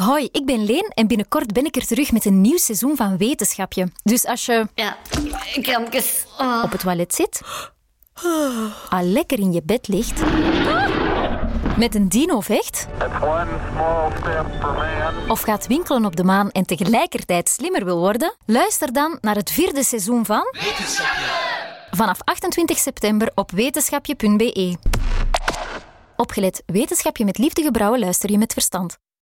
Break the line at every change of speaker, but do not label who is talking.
Hoi, ik ben Leen en binnenkort ben ik er terug met een nieuw seizoen van Wetenschapje. Dus als je
Ja, krampjes. Oh.
op het toilet zit, al lekker in je bed ligt, met een dino vecht, of gaat winkelen op de maan en tegelijkertijd slimmer wil worden, luister dan naar het 4e seizoen van
Wetenschapje.
vanaf 28 september op wetenschapje.be. Opgelet, Wetenschapje met liefde gebrouwen luister je met verstand.